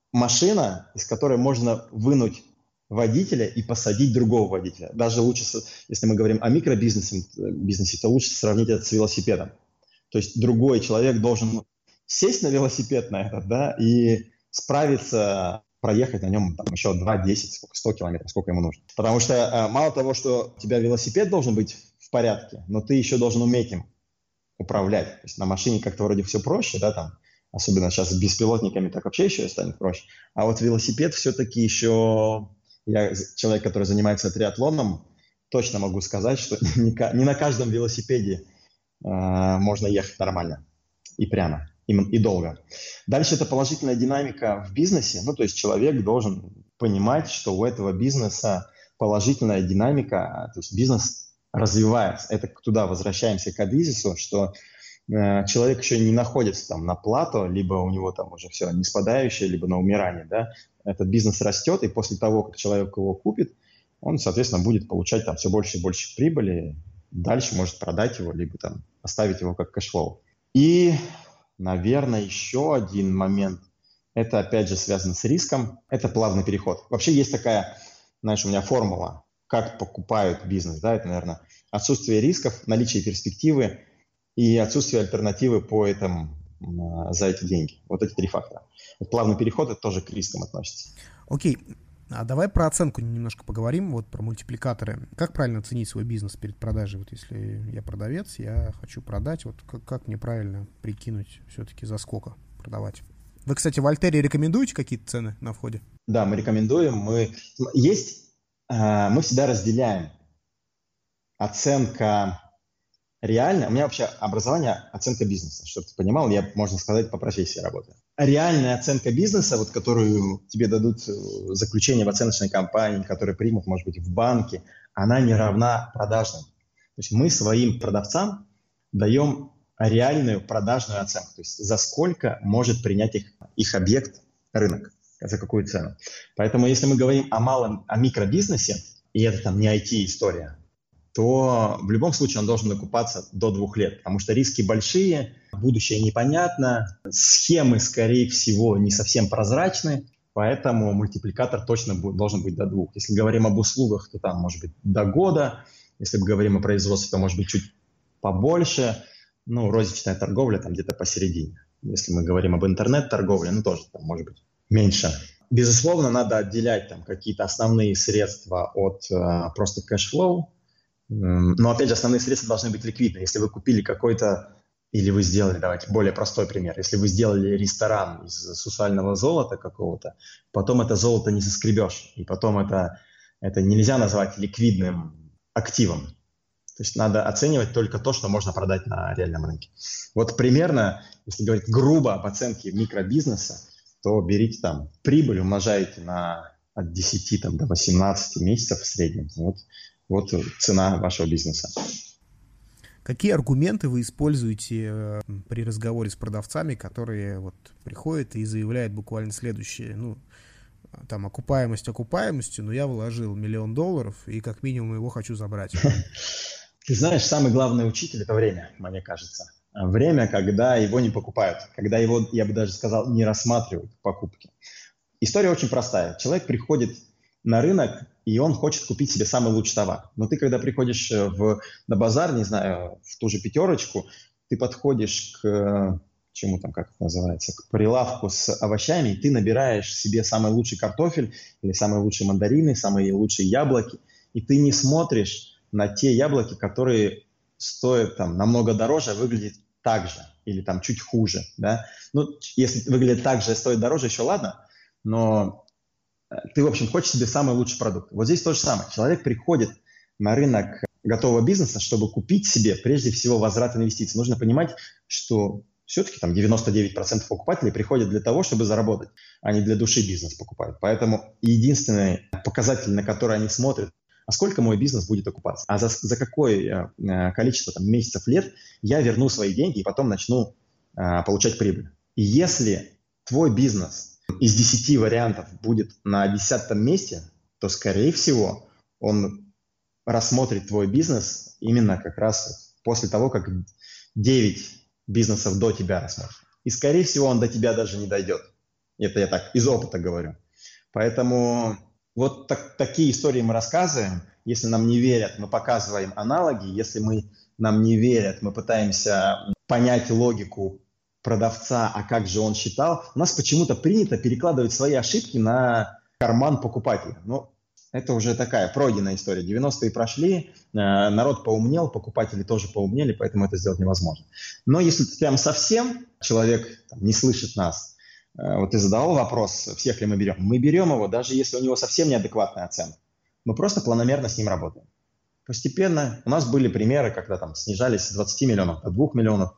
машина, из которой можно вынуть водителя и посадить другого водителя. Даже лучше, если мы говорим о микробизнесе, бизнесе, то лучше сравнить это с велосипедом. То есть другой человек должен сесть на велосипед на этот, да, и справиться, проехать на нем там, еще два, десять, сколько, сто километров, сколько ему нужно. Потому что э, мало того, что у тебя велосипед должен быть в порядке, но ты еще должен уметь им управлять. То есть на машине как-то вроде все проще, да, там, особенно сейчас с беспилотниками так вообще еще станет проще. А вот велосипед все-таки еще... Я человек, который занимается триатлоном, точно могу сказать, что не на каждом велосипеде э, можно ехать нормально и прямо. И долго. Дальше это положительная динамика в бизнесе. Ну, то есть человек должен понимать, что у этого бизнеса положительная динамика, то есть бизнес развивается. Это туда возвращаемся к адизису, что э, человек еще не находится там на плато, либо у него там уже все не спадающее, либо на умирании, да. Этот бизнес растет, и после того, как человек его купит, он, соответственно, будет получать там все больше и больше прибыли, дальше может продать его, либо там оставить его как кэшфлоу. И наверное, еще один момент, это опять же связано с риском, это плавный переход. Вообще есть такая, знаешь, у меня формула, как покупают бизнес, да, это, наверное, отсутствие рисков, наличие перспективы и отсутствие альтернативы по этому, за эти деньги. Вот эти три фактора. Вот плавный переход, это тоже к рискам относится. Окей, а давай про оценку немножко поговорим, вот про мультипликаторы. Как правильно оценить свой бизнес перед продажей? Вот если я продавец, я хочу продать, вот как, как мне правильно прикинуть все-таки за сколько продавать? Вы, кстати, в Альтере рекомендуете какие-то цены на входе? Да, мы рекомендуем. Мы, есть, мы всегда разделяем оценка реальная. У меня вообще образование оценка бизнеса, чтобы ты понимал, я, можно сказать, по профессии работаю. Реальная оценка бизнеса, вот, которую тебе дадут заключение в оценочной компании, которые примут, может быть, в банке, она не равна продажной. То есть мы своим продавцам даем реальную продажную оценку, то есть за сколько может принять их, их объект рынок, за какую цену. Поэтому если мы говорим о малом, о микробизнесе, и это там не ай ти-история, то в любом случае он должен окупаться до двух лет, потому что риски большие, будущее непонятно, схемы, скорее всего, не совсем прозрачны, поэтому мультипликатор точно будет, должен быть до двух. Если говорим об услугах, то там может быть до года, если мы говорим о производстве, то может быть чуть побольше, ну, розничная торговля там где-то посередине. Если мы говорим об интернет-торговле, ну, тоже там может быть меньше. Безусловно, надо отделять там какие-то основные средства от э, просто кэшфлоу. Но, опять же, основные средства должны быть ликвидны. Если вы купили какой-то, или вы сделали, давайте, более простой пример. Если вы сделали ресторан из сусального золота какого-то, потом это золото не соскребешь. И потом это, это нельзя назвать ликвидным активом. То есть надо оценивать только то, что можно продать на реальном рынке. Вот примерно, если говорить грубо об оценке микробизнеса, то берите там прибыль, умножаете на от десяти там, до восемнадцати месяцев в среднем. Вот, вот цена вашего бизнеса. Какие аргументы вы используете при разговоре с продавцами, которые вот приходят и заявляют буквально следующее? Ну, там, окупаемость окупаемостью, но я вложил миллион долларов и как минимум его хочу забрать. Ты знаешь, самый главный учитель – это время, мне кажется. Время, когда его не покупают, когда его, я бы даже сказал, не рассматривают к покупке. История очень простая. Человек приходит на рынок, и он хочет купить себе самый лучший товар. Но ты, когда приходишь в, на базар, не знаю, в ту же пятерочку, ты подходишь к, чему там, как это называется, к прилавку с овощами, и ты набираешь себе самый лучший картофель, или самые лучшие мандарины, самые лучшие яблоки, и ты не смотришь на те яблоки, которые стоят там намного дороже, а выглядят так же или там чуть хуже, да. Ну, если выглядит так же и стоит дороже, еще ладно, но ты, в общем, хочешь себе самый лучший продукт. Вот здесь то же самое. Человек приходит на рынок готового бизнеса, чтобы купить себе, прежде всего, возврат инвестиций. Нужно понимать, что все-таки там девяносто девять процентов покупателей приходят для того, чтобы заработать, а не для души бизнес покупают. Поэтому единственный показатель, на который они смотрят, а сколько мой бизнес будет окупаться, а за, за какое э, количество там, месяцев, лет я верну свои деньги и потом начну э, получать прибыль. И если твой бизнес из десяти вариантов будет на десятом месте, то, скорее всего, он рассмотрит твой бизнес именно как раз после того, как девять бизнесов до тебя рассмотрит. И, скорее всего, он до тебя даже не дойдет. Это я так из опыта говорю. Поэтому вот так, такие истории мы рассказываем. Если нам не верят, мы показываем аналоги. Если мы, нам не верят, мы пытаемся понять логику продавца, а как же он считал. У нас почему-то принято перекладывать свои ошибки на карман покупателя. Ну, это уже такая пройденная история. девяностые прошли, народ поумнел, покупатели тоже поумнели, поэтому это сделать невозможно. Но если прям совсем человек там, не слышит нас, вот ты задавал вопрос, всех ли мы берем. Мы берем его, даже если у него совсем неадекватная оценка. Мы просто планомерно с ним работаем. Постепенно у нас были примеры, когда там снижались с двадцати миллионов до двух миллионов,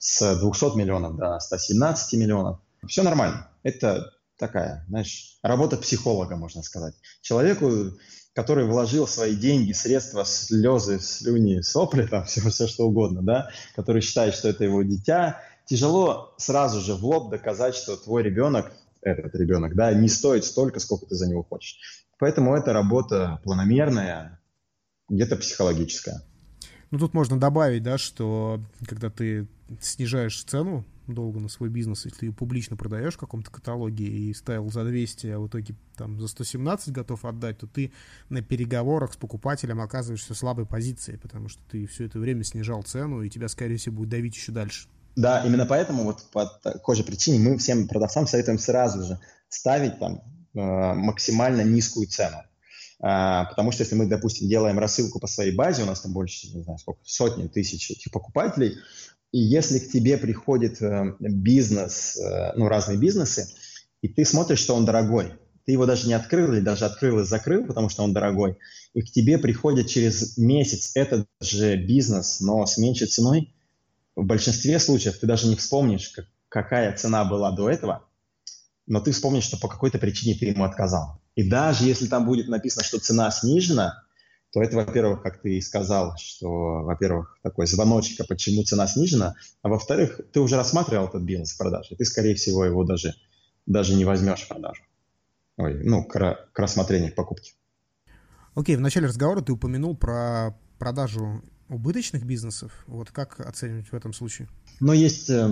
с двухсот миллионов до ста семнадцати миллионов. Все нормально. Это такая, знаешь, работа психолога, можно сказать. Человеку, который вложил свои деньги, средства, слезы, слюни, сопли, там все, все что угодно, да, который считает, что это его дитя, тяжело сразу же в лоб доказать, что твой ребенок, этот ребенок, да, не стоит столько, сколько ты за него хочешь. Поэтому это работа планомерная, где-то психологическая. Ну, тут можно добавить, да, что когда ты снижаешь цену долго на свой бизнес, если ты ее публично продаешь в каком-то каталоге и ставил за двести, а в итоге там за сто семнадцать готов отдать, то ты на переговорах с покупателем оказываешься в слабой позиции, потому что ты все это время снижал цену, и тебя, скорее всего, будет давить еще дальше. Да, именно поэтому вот по такой же причине мы всем продавцам советуем сразу же ставить там максимально низкую цену. Потому что если мы, допустим, делаем рассылку по своей базе, у нас там больше, не знаю, сколько, сотни тысяч этих покупателей, и если к тебе приходит э, бизнес, э, ну, разные бизнесы, и ты смотришь, что он дорогой, ты его даже не открыл или даже открыл и закрыл, потому что он дорогой, и к тебе приходит через месяц этот же бизнес, но с меньшей ценой, в большинстве случаев ты даже не вспомнишь, как, какая цена была до этого, но ты вспомнишь, что по какой-то причине ты ему отказал. И даже если там будет написано, что цена снижена, то это, во-первых, как ты и сказал, что, во-первых, такой звоночек, а почему цена снижена, а во-вторых, ты уже рассматривал этот бизнес в продаже, ты, скорее всего, его даже, даже не возьмешь в продажу. Ой, ну, к, к рассмотрению, к покупке. Окей, в начале разговора ты упомянул про продажу убыточных бизнесов. Вот как оценивать в этом случае? Ну, есть э,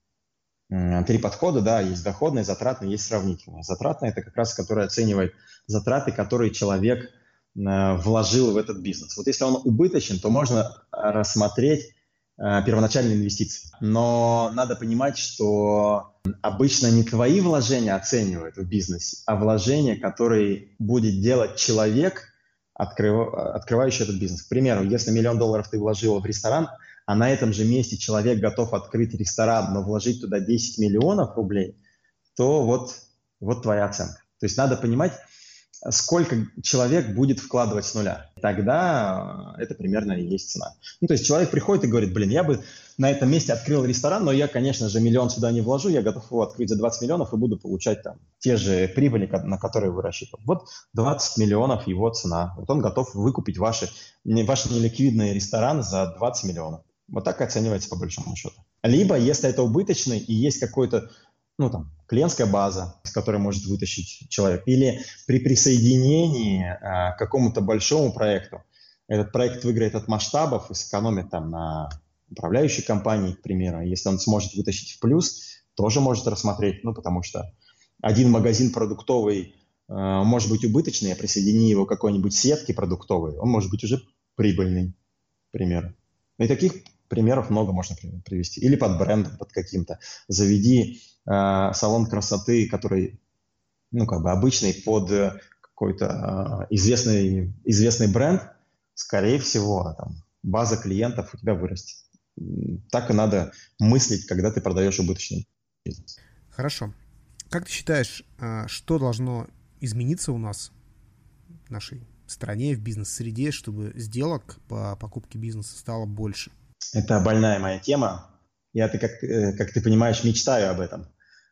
э, три подхода, да, есть доходные, затратные, есть сравнительные. Затратные – это как раз, который оценивает затраты, которые человек вложил в этот бизнес. Вот если он убыточен, то можно рассмотреть э, первоначальные инвестиции. Но надо понимать, что обычно не твои вложения оценивают в бизнесе, а вложения, которые будет делать человек, открыв... открывающий этот бизнес. К примеру, если миллион долларов ты вложил в ресторан, а на этом же месте человек готов открыть ресторан, но вложить туда десять миллионов рублей, то вот, вот твоя оценка. То есть надо понимать, сколько человек будет вкладывать с нуля. Тогда это примерно и есть цена. Ну, то есть человек приходит и говорит, блин, я бы на этом месте открыл ресторан, но я, конечно же, миллион сюда не вложу, я готов его открыть за двадцать миллионов и буду получать там те же прибыли, на которые вы рассчитывали. Вот двадцать миллионов его цена. Вот он готов выкупить ваши, ваш неликвидный ресторан за двадцать миллионов. Вот так и оценивается по большому счету. Либо, если это убыточный и есть какой-то, ну, там, клиентская база, с которой может вытащить человек, или при присоединении а, к какому-то большому проекту, этот проект выиграет от масштабов и сэкономит там на управляющей компании, к примеру, если он сможет вытащить в плюс, тоже может рассмотреть, ну, потому что один магазин продуктовый а, может быть убыточный, а присоедини его к какой-нибудь сетке продуктовой, он может быть уже прибыльный, к примеру. И таких примеров много можно привести. Или под брендом, под каким-то. Заведи э, салон красоты, который, ну, как бы обычный, под какой-то э, известный, известный бренд, скорее всего, там, база клиентов у тебя вырастет. Так и надо мыслить, когда ты продаешь убыточный бизнес. Хорошо. Как ты считаешь, что должно измениться у нас в нашей стране, в бизнес-среде, чтобы сделок по покупке бизнеса стало больше? Это больная моя тема. Я, ты, как, как ты понимаешь, мечтаю об этом.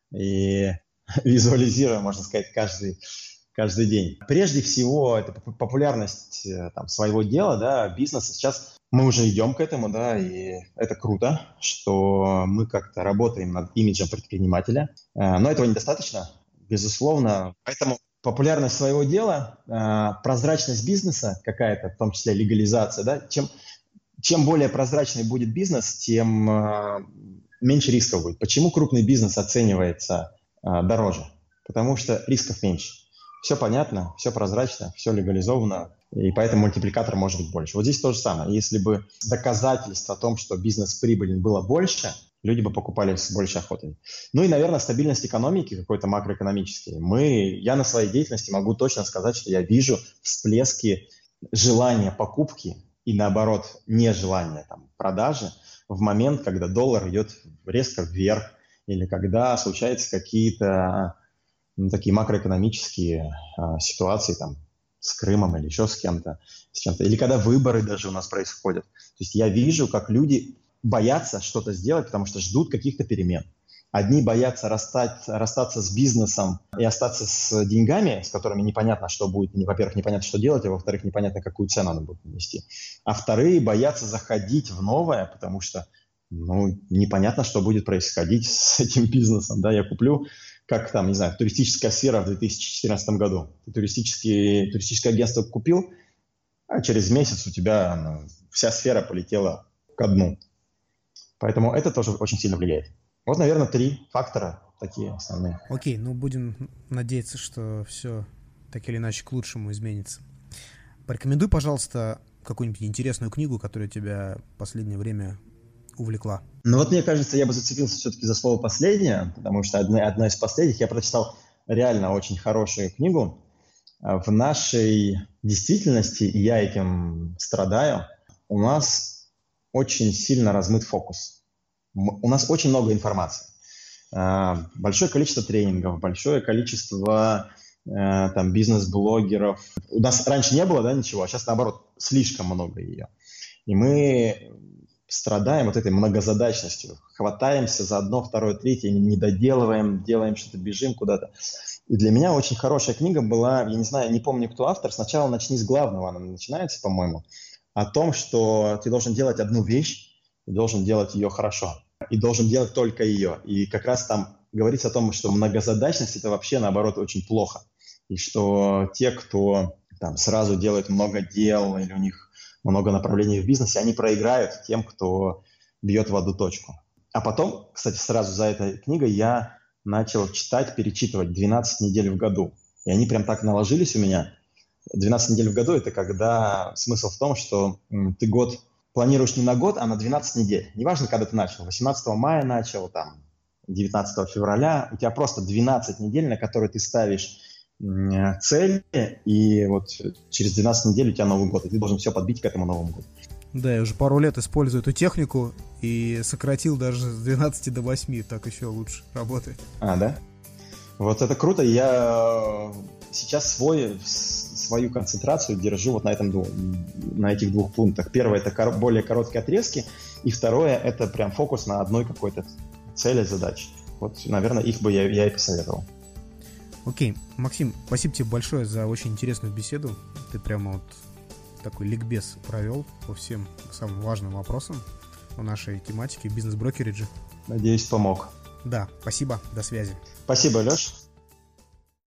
И визуализирую, можно сказать, каждый, каждый день. Прежде всего, это популярность там, своего дела, да, бизнеса. Сейчас мы уже идем к этому, да, и это круто, что мы как-то работаем над имиджем предпринимателя. Но этого недостаточно, безусловно. Поэтому популярность своего дела, прозрачность бизнеса какая-то, в том числе легализация, да, чем... Чем более прозрачный будет бизнес, тем э, меньше рисков будет. Почему крупный бизнес оценивается э, дороже? Потому что рисков меньше. Все понятно, все прозрачно, все легализовано, и поэтому мультипликатор может быть больше. Вот здесь то же самое. Если бы доказательств о том, что бизнес прибылен, было больше, люди бы покупали с большей охотой. Ну и, наверное, стабильность экономики какой-то макроэкономический. Мы, я на своей деятельности могу точно сказать, что я вижу всплески желания покупки и, наоборот, нежелание там, продажи в момент, когда доллар идет резко вверх, или когда случаются какие-то ну, такие макроэкономические а, ситуации там, с Крымом или еще с кем-то, с чем-то, или когда выборы даже у нас происходят. То есть я вижу, как люди боятся что-то сделать, потому что ждут каких-то перемен. Одни боятся расстать, расстаться с бизнесом и остаться с деньгами, с которыми непонятно, что будет. Во-первых, непонятно, что делать, а во-вторых, непонятно, какую цену надо будет нести. А вторые боятся заходить в новое, потому что ну, непонятно, что будет происходить с этим бизнесом. Да? Я куплю, как там, не знаю, туристическая сфера в две тысячи четырнадцатом году. Ты туристические, туристическое агентство купил, а через месяц у тебя ну, вся сфера полетела ко дну. Поэтому это тоже очень сильно влияет. Вот, наверное, три фактора такие основные. Окей, ну будем надеяться, что все так или иначе к лучшему изменится. Порекомендуй, пожалуйста, какую-нибудь интересную книгу, которая тебя в последнее время увлекла. Ну вот мне кажется, я бы зацепился все-таки за слово «последнее», потому что одна, одна из последних, я прочитал реально очень хорошую книгу. В нашей действительности, и я этим страдаю, у нас очень сильно размыт фокус. У нас очень много информации. Большое количество тренингов, большое количество там, бизнес-блогеров. У нас раньше не было, да, ничего, а сейчас, наоборот, слишком много ее. И мы страдаем вот этой многозадачностью. Хватаемся за одно, второе, третье, не доделываем, делаем что-то, бежим куда-то. И для меня очень хорошая книга была, я не знаю, не помню, кто автор, сначала начни с главного, она начинается, по-моему, о том, что ты должен делать одну вещь, и должен делать ее хорошо, и должен делать только ее. И как раз там говорится о том, что многозадачность – это вообще, наоборот, очень плохо. И что те, кто там сразу делает много дел, или у них много направлений в бизнесе, они проиграют тем, кто бьет в одну точку. А потом, кстати, сразу за этой книгой я начал читать, перечитывать двенадцать недель в году. И они прям так наложились у меня. двенадцать недель в году – это когда смысл в том, что м, ты год планируешь не на год, а на двенадцать недель. Неважно, когда ты начал. восемнадцатого мая начал, там, девятнадцатого февраля. У тебя просто двенадцать недель, на которые ты ставишь м, цель, и вот через двенадцать недель у тебя Новый год, и ты должен все подбить к этому Новому году. Да, я уже пару лет использую эту технику и сократил даже с двенадцати до восьми, так еще лучше работает. А, да? Вот это круто. Я сейчас свой, свою концентрацию держу вот на, этом, на этих двух пунктах. Первое – это кор- более короткие отрезки, и второе – это прям фокус на одной какой-то цели, задаче. Вот, наверное, их бы я, я и посоветовал. Окей, Максим, спасибо тебе большое за очень интересную беседу. Ты прямо вот такой ликбез провел по всем самым важным вопросам о нашей тематике бизнес-брокериджа. Надеюсь, помог. Да, спасибо, до связи. Спасибо, Леш.